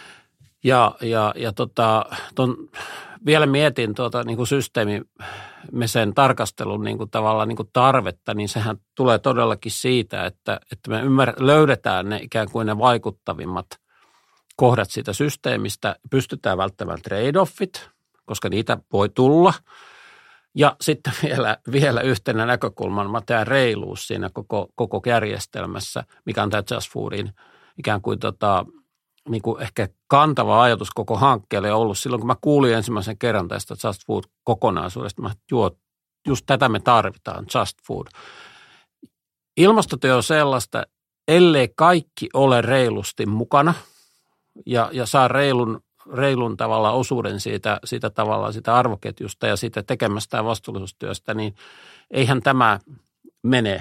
Vielä mietin niin kuin systeemimesen tarkastelun niin kuin tavallaan niin kuin tarvetta, niin sehän tulee todellakin siitä, että me löydetään ne ikään kuin ne vaikuttavimmat kohdat siitä systeemistä, pystytään välttämään trade-offit, koska niitä voi tulla. Ja sitten vielä yhtenä näkökulmana tämä reiluus siinä koko järjestelmässä, mikä on tämä Just Foodin ikään kuin niin kuin ehkä kantava ajatus koko hankkeelle on ollut silloin, kun mä kuulin ensimmäisen kerran tästä Just Food-kokonaisuudesta. Mä just tätä me tarvitaan, Just Food. Ilmastotyö on sellaista, ellei kaikki ole reilusti mukana ja saa reilun tavalla osuuden siitä arvoketjusta ja siitä tekemästä vastuullisuustyöstä, niin eihän tämä mene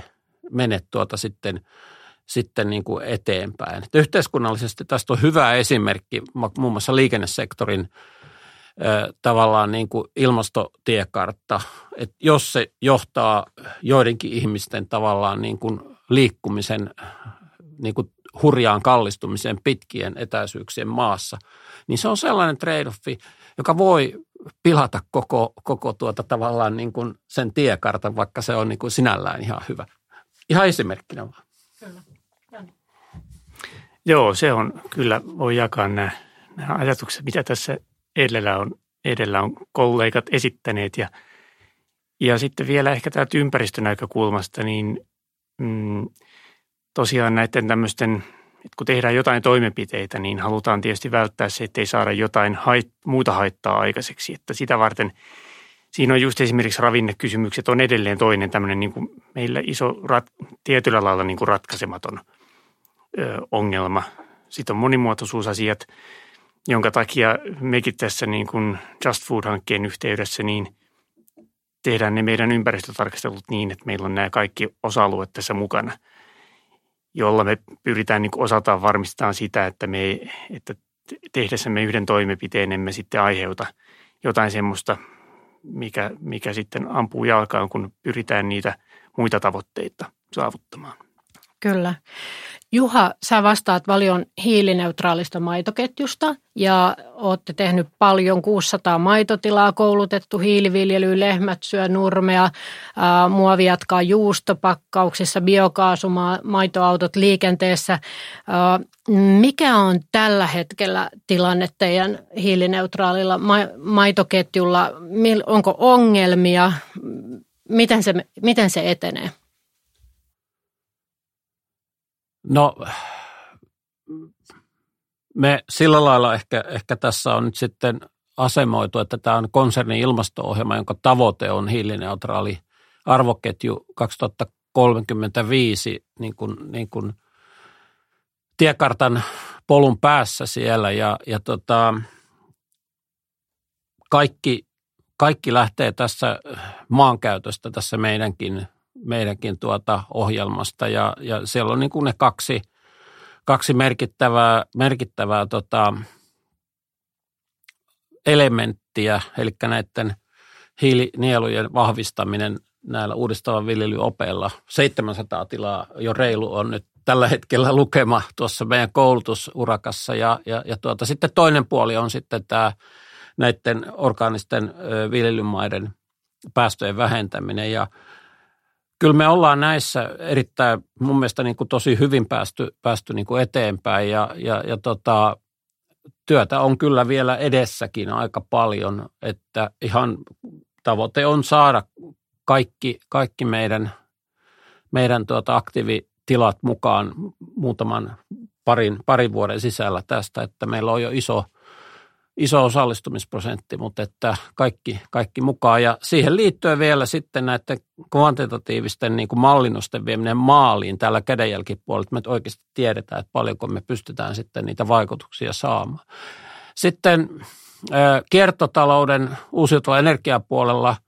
sitten niin kuin eteenpäin. Että yhteiskunnallisesti tästä on hyvä esimerkki muun muassa liikennesektorin tavallaan niin kuin ilmastotiekartta, että jos se johtaa joidenkin ihmisten tavallaan niin kuin liikkumisen niin kuin hurjaan kallistumiseen pitkien etäisyyksien maassa, niin se on sellainen trade-offi, joka voi pilata koko tavallaan niin kuin sen tiekartan, vaikka se on niin kuin sinällään ihan hyvä. Ihan esimerkkinä vaan. Kyllä. Joo, se on kyllä, voi jakaa nämä ajatukset, mitä tässä edellä on kollegat esittäneet. Ja sitten vielä ehkä täältä ympäristönäkökulmasta, niin tosiaan näiden tämmöisten, että kun tehdään jotain toimenpiteitä, niin halutaan tietysti välttää se, ettei saada jotain muuta haittaa aikaiseksi. Että sitä varten siinä on just esimerkiksi ravinnekysymykset on edelleen toinen tämmöinen niin kuin meillä iso tietyllä lailla niin kuin ratkaisematon ongelma. Sitten on monimuotoisuusasiat, jonka takia mekin tässä niin kuin Just Food-hankkeen yhteydessä niin tehdään ne meidän ympäristötarkastelut niin, että meillä on nämä kaikki osa-alueet tässä mukana, jolla me pyritään niin kuin osaltaan varmistamaan sitä, että tehdessämme yhden toimenpiteen emme sitten aiheuta jotain semmoista, mikä sitten ampuu jalkaan, kun pyritään niitä muita tavoitteita saavuttamaan. Kyllä. Juha, sä vastaat Valion hiilineutraalista maitoketjusta ja olette tehnyt paljon 600 maitotilaa, koulutettu hiiliviljelyyn, lehmät syö nurmea, muovi jatkaa juustopakkauksissa, biokaasumaitoautot liikenteessä. Mikä on tällä hetkellä tilanne teidän hiilineutraalilla maitoketjulla? Onko ongelmia? Miten se etenee? No, me sillä lailla ehkä tässä on nyt sitten asemoitu, että tämä on konsernin ilmasto-ohjelma, jonka tavoite on hiilineutraali arvoketju 2035 niin kuin tiekartan polun päässä siellä ja kaikki lähtee tässä maankäytöstä tässä meidänkin ohjelmasta ja siellä on niin kuin ne kaksi merkittävää elementtiä, eli näiden hiilinielujen vahvistaminen näillä uudistavan viljelyopeilla. 700 tilaa jo reilu on nyt tällä hetkellä lukema tuossa meidän koulutusurakassa ja sitten toinen puoli on sitten tämä näiden orgaanisten viljelymaiden päästöjen vähentäminen ja kyllä me ollaan näissä erittäin mun mielestä niin kuin tosi hyvin päästy niin kuin eteenpäin ja työtä on kyllä vielä edessäkin aika paljon, että ihan tavoite on saada kaikki meidän aktiivitilat mukaan muutaman parin vuoden sisällä tästä, että meillä on jo iso osallistumisprosentti, mutta että kaikki mukaan. Ja siihen liittyen vielä sitten näiden kvantitatiivisten niin kuin mallinnusten vieminen maaliin tällä kädenjälkipuolella, että me oikeasti tiedetään, että paljonko me pystytään sitten niitä vaikutuksia saamaan. Sitten kiertotalouden uusiutuvan energiapuolella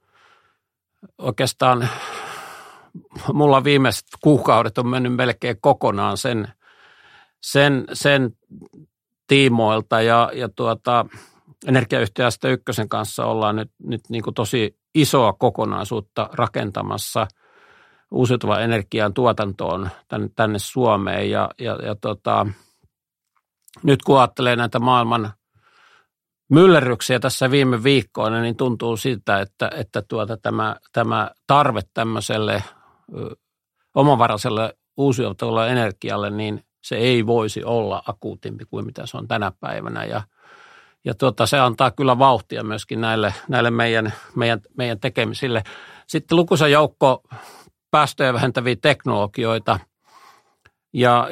oikeastaan mulla viimeiset kuukaudet on mennyt melkein kokonaan sen tiimoilta ja energiayhtiö ST1 kanssa ollaan nyt niin kuin tosi isoa kokonaisuutta rakentamassa uusiutuvan energian tuotantoon tänne Suomeen ja nyt kun ajattelee näitä maailman myllerryksiä tässä viime viikkoina, niin tuntuu siltä, että tämä tarve tämmöiselle omavaraiselle uusiutuvalle energialle, niin se ei voisi olla akuutimpi kuin mitä se on tänä päivänä. Ja se antaa kyllä vauhtia myöskin näille meidän tekemisille. Sitten lukuisa joukko päästöjä vähentäviä teknologioita ja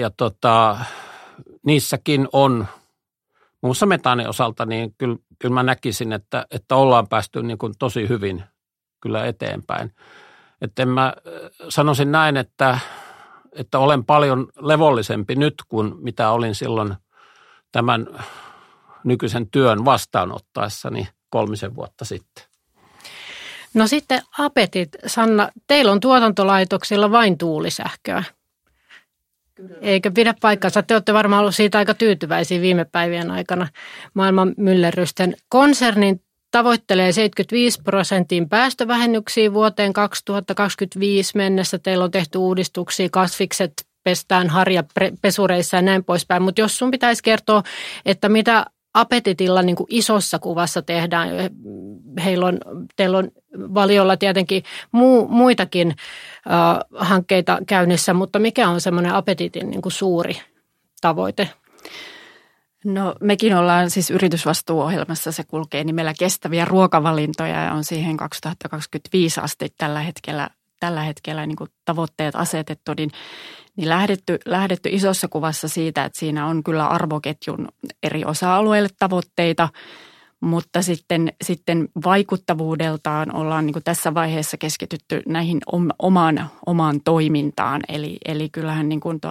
niissäkin on, muun muassa metaanin osalta, niin kyllä mä näkisin, että ollaan päästy niin kuin tosi hyvin kyllä eteenpäin. Että mä sanoisin näin, että olen paljon levollisempi nyt kuin mitä olin silloin tämän nykyisen työn vastaanottaessani 3 vuotta sitten. No sitten apetit. Sanna, teillä on tuotantolaitoksilla vain tuulisähköä. Kyllä. Eikö pidä paikkansa? Te olette varmaan ollut siitä aika tyytyväisiä viime päivien aikana maailman myllerrysten. Konsernin tavoittelee 75% päästövähennyksiä vuoteen 2025 mennessä. Teillä on tehty uudistuksia, kasvikset pestään harjapesureissa ja näin poispäin. Mutta jos sun pitäisi kertoa, että mitä Apetitilla niin kuin isossa kuvassa tehdään, teillä on Valiolla tietenkin muitakin hankkeita käynnissä, mutta mikä on semmoinen Apetitin niin kuin suuri tavoite? No mekin ollaan siis yritysvastuuohjelmassa, se kulkee nimellä kestäviä ruokavalintoja ja on siihen 2025 asti tällä hetkellä niin kuin tavoitteet asetettu, niin lähdetty isossa kuvassa siitä, että siinä on kyllä arvoketjun eri osa-alueille tavoitteita, mutta sitten vaikuttavuudeltaan ollaan niin kuin tässä vaiheessa keskitytty näihin omaan toimintaan, eli kyllähän niin kuin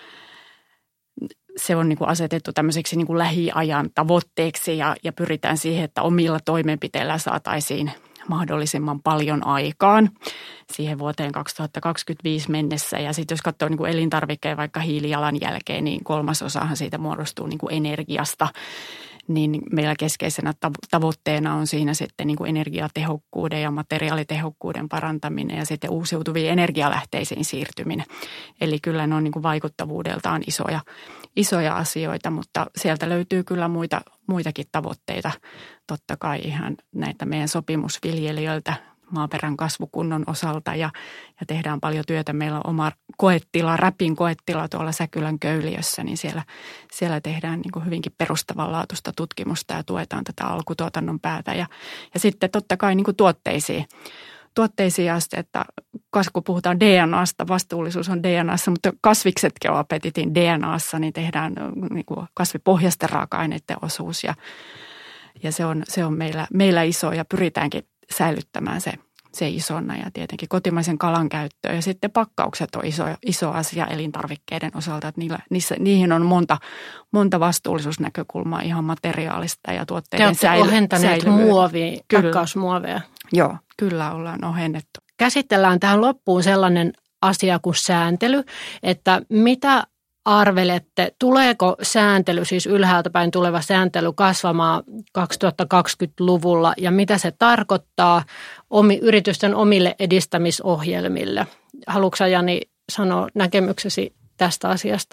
se on niin kuin asetettu tämmöiseksi niin kuin lähiajan tavoitteeksi ja pyritään siihen, että omilla toimenpiteillä saataisiin mahdollisimman paljon aikaan siihen vuoteen 2025 mennessä. Ja sitten jos katsoo niin kuin elintarvikkeen vaikka hiilijalanjälkeen, niin 3/3 siitä muodostuu niin kuin energiasta. Niin meillä keskeisenä tavoitteena on siinä sitten niin kuin energiatehokkuuden ja materiaalitehokkuuden parantaminen ja sitten uusiutuviin energialähteisiin siirtyminen. Eli kyllä ne on niin kuin vaikuttavuudeltaan isoja asioita, mutta sieltä löytyy kyllä muitakin tavoitteita. Totta kai ihan näitä meidän sopimusviljelijöiltä maaperän kasvukunnon osalta ja tehdään paljon työtä. Meillä on oma koetila, Räpin koetila tuolla Säkylän Köyliössä, niin siellä tehdään niin kuin hyvinkin perustavanlaatuista tutkimusta ja tuetaan tätä alkutuotannon päätä. Ja sitten totta kai niin kuin tuotteisiin asti, että kun puhutaan DNAsta, vastuullisuus on DNAssa, mutta kasviksetkin on Apetitin DNAssa, niin tehdään niin kuin kasvipohjaisten raaka-aineiden osuus ja se on meillä iso ja pyritäänkin säilyttämään se isona ja tietenkin kotimaisen kalan käyttöön. Ja sitten pakkaukset on iso asia elintarvikkeiden osalta, että niihin on monta vastuullisuusnäkökulmaa ihan materiaalista ja tuotteiden säilyvyyteen. Te olette ohentaneet pakkausmuoveja. Joo, kyllä ollaan ohennettu. Käsitellään tähän loppuun sellainen asia kuin sääntely, että mitä arvelette, tuleeko sääntely, siis ylhäältä päin tuleva sääntely kasvamaan 2020-luvulla ja mitä se tarkoittaa yritysten omille edistämisohjelmille? Haluatko Jani sanoa näkemyksesi tästä asiasta?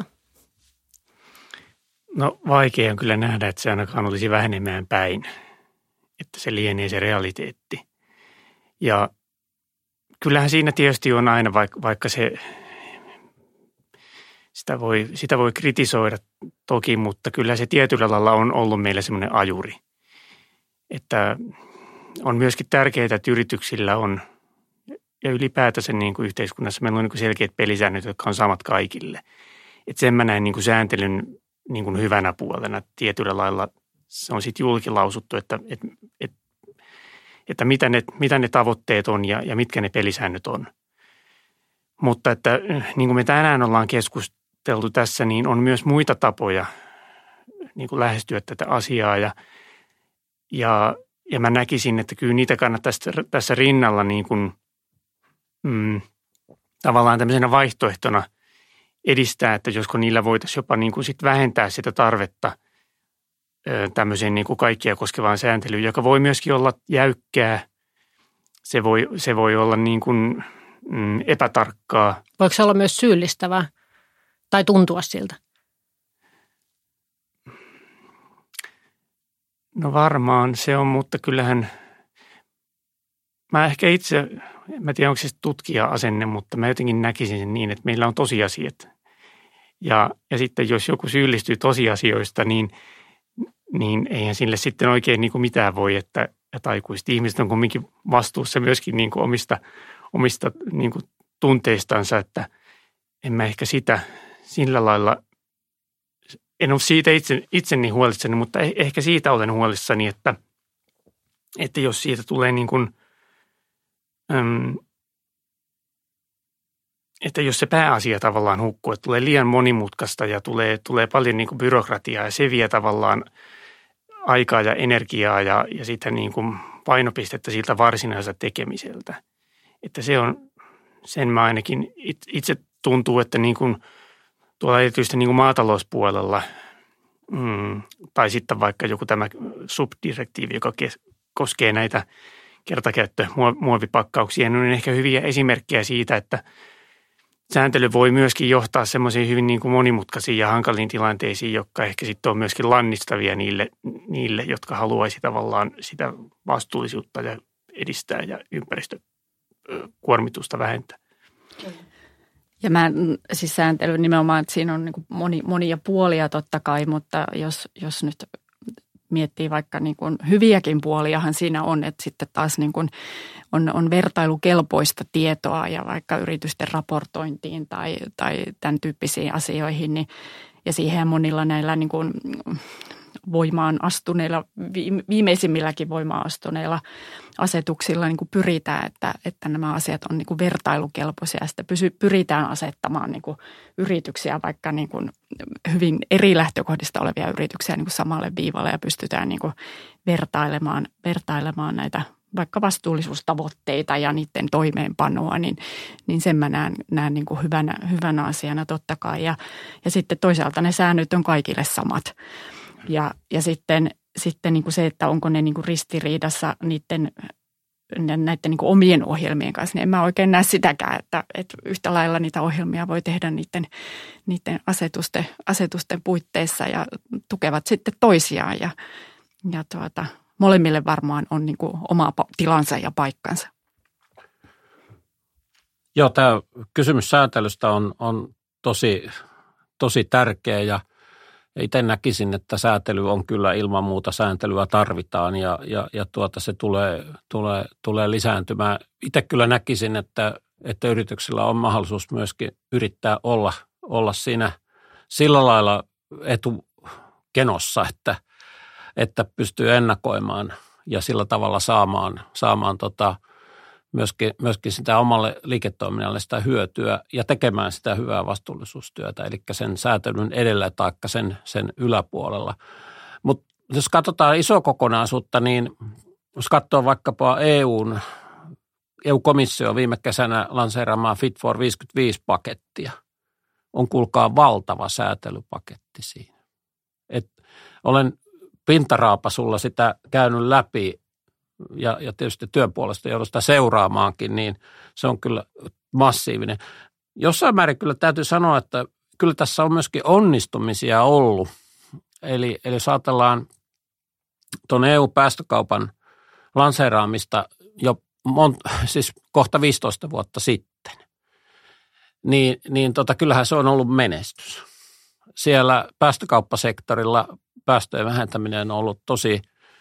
No vaikea on kyllä nähdä, että se ainakaan olisi vähenemään päin, että se lienee se realiteetti. Ja kyllähän siinä tietysti on aina, vaikka se sitä voi kritisoida toki, mutta kyllä se tietyllä lailla on ollut meillä semmoinen ajuri. Että on myöskin tärkeää, että yrityksillä on, ja ylipäätänsä niin kuin yhteiskunnassa meillä on niin kuin selkeät pelisäännöt, jotka on samat kaikille. Että sen mä näen niin kuin sääntelyn niin kuin hyvänä puolena. Tietyllä lailla se on sitten julkilausuttu, että mitä ne tavoitteet on ja mitkä ne pelisäännöt on. Mutta että niin kuin me tänään ollaan keskusteltu tässä, niin on myös muita tapoja niin kuin lähestyä tätä asiaa. Ja mä näkisin, että kyllä niitä kannattaisi tässä rinnalla niin kuin, tavallaan tämmöisenä vaihtoehtona edistää, että josko niillä voitaisiin jopa niin kuin sit vähentää sitä tarvetta tämmöiseen niin kuin kaikkia koskevaan sääntelyyn, joka voi myöskin olla jäykkää. Se voi olla niin kuin epätarkkaa. Voiko se olla myös syyllistävää tai tuntua siltä? No varmaan se on, mutta kyllähän mä ehkä itse, mä tiedän onko se tutkija-asenne, mutta mä jotenkin näkisin sen niin, että meillä on tosiasiat. Ja sitten jos joku syyllistyy tosiasioista, niin eihän sille sitten oikein niin kuin mitään voi, että aikuiset ihmiset on kuitenkin vastuussa myöskin niin kuin omista niin kuin tunteistansa, että en mä ehkä sitä sillä lailla, en ole siitä itseni huolissani, mutta ehkä siitä olen huolissani, että jos siitä tulee niin kuin, että jos se pääasia tavallaan hukkuu, että tulee liian monimutkaista ja tulee paljon niin kuin byrokratiaa ja se vie tavallaan aikaa ja energiaa ja sitä niin kuin painopistettä siltä varsinaiselta tekemiseltä. Että se on, sen mä ainakin itse tuntuu, että niin kuin tuolla erityisesti niin kuin maatalouspuolella tai sitten vaikka joku tämä subdirektiivi, joka koskee näitä kertakäyttömuovipakkauksia, niin on ehkä hyviä esimerkkejä siitä, että sääntely voi myöskin johtaa semmoisiin hyvin niin kuin monimutkaisiin ja hankaliin tilanteisiin, jotka ehkä sitten on myöskin lannistavia niille, jotka haluaisi tavallaan sitä vastuullisuutta ja edistää ja ympäristökuormitusta vähentää. Ja siis sääntely nimenomaan, että siinä on niin kuin monia puolia totta kai, mutta jos nyt miettii vaikka niin kuin hyviäkin puoliahan siinä on, että sitten taas niin kuin on vertailukelpoista tietoa ja vaikka yritysten raportointiin tai tämän tyyppisiin asioihin, niin, ja siihen monilla näillä niin kuin voimaan astuneilla, viimeisimmilläkin voimaan astuneilla asetuksilla niin kuin pyritään, että nämä asiat on niin kuin vertailukelpoisia ja sitten pyritään asettamaan niin kuin yrityksiä, vaikka niin kuin hyvin eri lähtökohdista olevia yrityksiä niin kuin samalle viivalle ja pystytään niin kuin vertailemaan näitä vaikka vastuullisuustavoitteita ja niiden toimeenpanoa, niin sen mä näen niin kuin hyvänä asiana totta kai. Ja sitten toisaalta ne säännöt on kaikille samat. Ja sitten niin kuin se, että onko ne niin kuin ristiriidassa näiden niin kuin omien ohjelmien kanssa, niin en mä oikein näe sitäkään, että yhtä lailla niitä ohjelmia voi tehdä niiden asetusten puitteissa ja tukevat sitten toisiaan ja molemmille varmaan on niin kuin oma tilansa ja paikkansa. Joo, tämä kysymys sääntelystä on tosi tärkeä ja itse näkisin, että säätely on kyllä ilman muuta, sääntelyä tarvitaan ja se tulee lisääntymään. Itse kyllä näkisin, että yrityksillä on mahdollisuus myöskin yrittää olla siinä sillä lailla etukenossa, että pystyy ennakoimaan ja sillä tavalla saamaan myöskin sitä omalle liiketoiminnalle sitä hyötyä ja tekemään sitä hyvää vastuullisuustyötä, eli sen säätelyn edellä tai sen yläpuolella. Mutta jos katsotaan isoa kokonaisuutta, niin jos katsoo vaikkapa EU-komissio viime kesänä lanseeraamaa Fit for 55-pakettia, on kuulkaa valtava säätelypaketti siinä. Olen pintaraapasulla sitä käynyt läpi ja tietysti työn puolesta joudun sitä seuraamaankin, niin se on kyllä massiivinen. Jossain määrin kyllä täytyy sanoa, että kyllä tässä on myöskin onnistumisia ollut. Eli jos ajatellaan tuon EU-päästökaupan lanseeraamista jo siis kohta 15 vuotta sitten, niin kyllähän se on ollut menestys. Siellä päästökauppasektorilla päästöjen vähentäminen on ollut tosi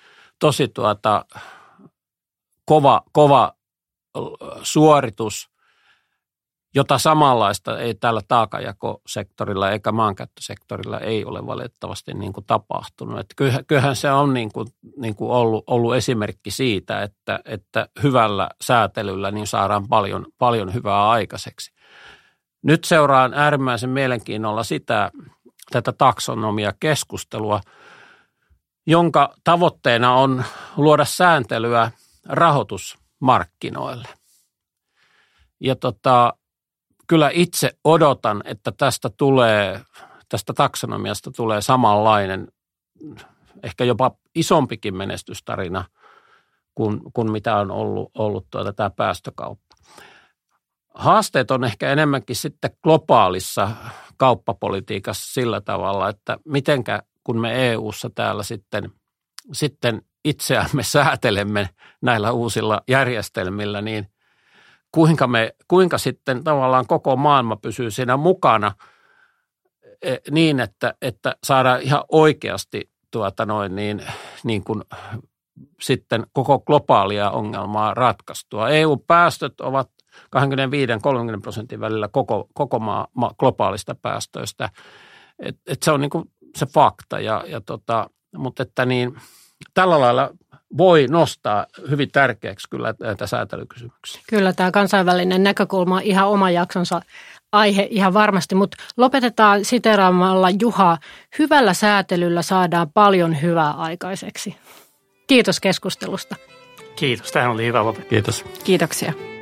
kova suoritus, jota samanlaista ei tällä taakanjakosektorilla eikä maankäyttösektorilla ei ole valitettavasti niin kuin tapahtunut. Että kyllähän se on niin kuin ollut esimerkki siitä, että hyvällä säätelyllä niin saadaan paljon hyvää aikaiseksi. Nyt seuraan äärimmäisen mielenkiinnolla tätä taksonomia-keskustelua, jonka tavoitteena on luoda sääntelyä rahoitusmarkkinoille. Ja kyllä itse odotan, että tästä taksonomiasta tulee samanlainen, ehkä jopa isompikin menestystarina kuin mitä on ollut tämä päästökauppa. Haasteet on ehkä enemmänkin sitten globaalissa kauppapolitiikassa sillä tavalla, että mitenkä kun me EU:ssa täällä sitten itseämme säätelemme näillä uusilla järjestelmillä, niin kuinka sitten tavallaan koko maailma pysyy siinä mukana niin, että saadaan ihan oikeasti niin kuin sitten koko globaalia ongelmaa ratkaistua. EU-päästöt ovat 25-30% välillä koko globaalista päästöistä. Et se on niin kuin se fakta, mutta että niin, tällä lailla voi nostaa hyvin tärkeäksi kyllä näitä säätelykysymyksiä. Kyllä tämä kansainvälinen näkökulma on ihan oma jaksonsa aihe ihan varmasti, mutta lopetetaan siteeraamalla Juha. Hyvällä säätelyllä saadaan paljon hyvää aikaiseksi. Kiitos keskustelusta. Kiitos, tämähän oli hyvä lopettaa. Kiitos. Kiitoksia.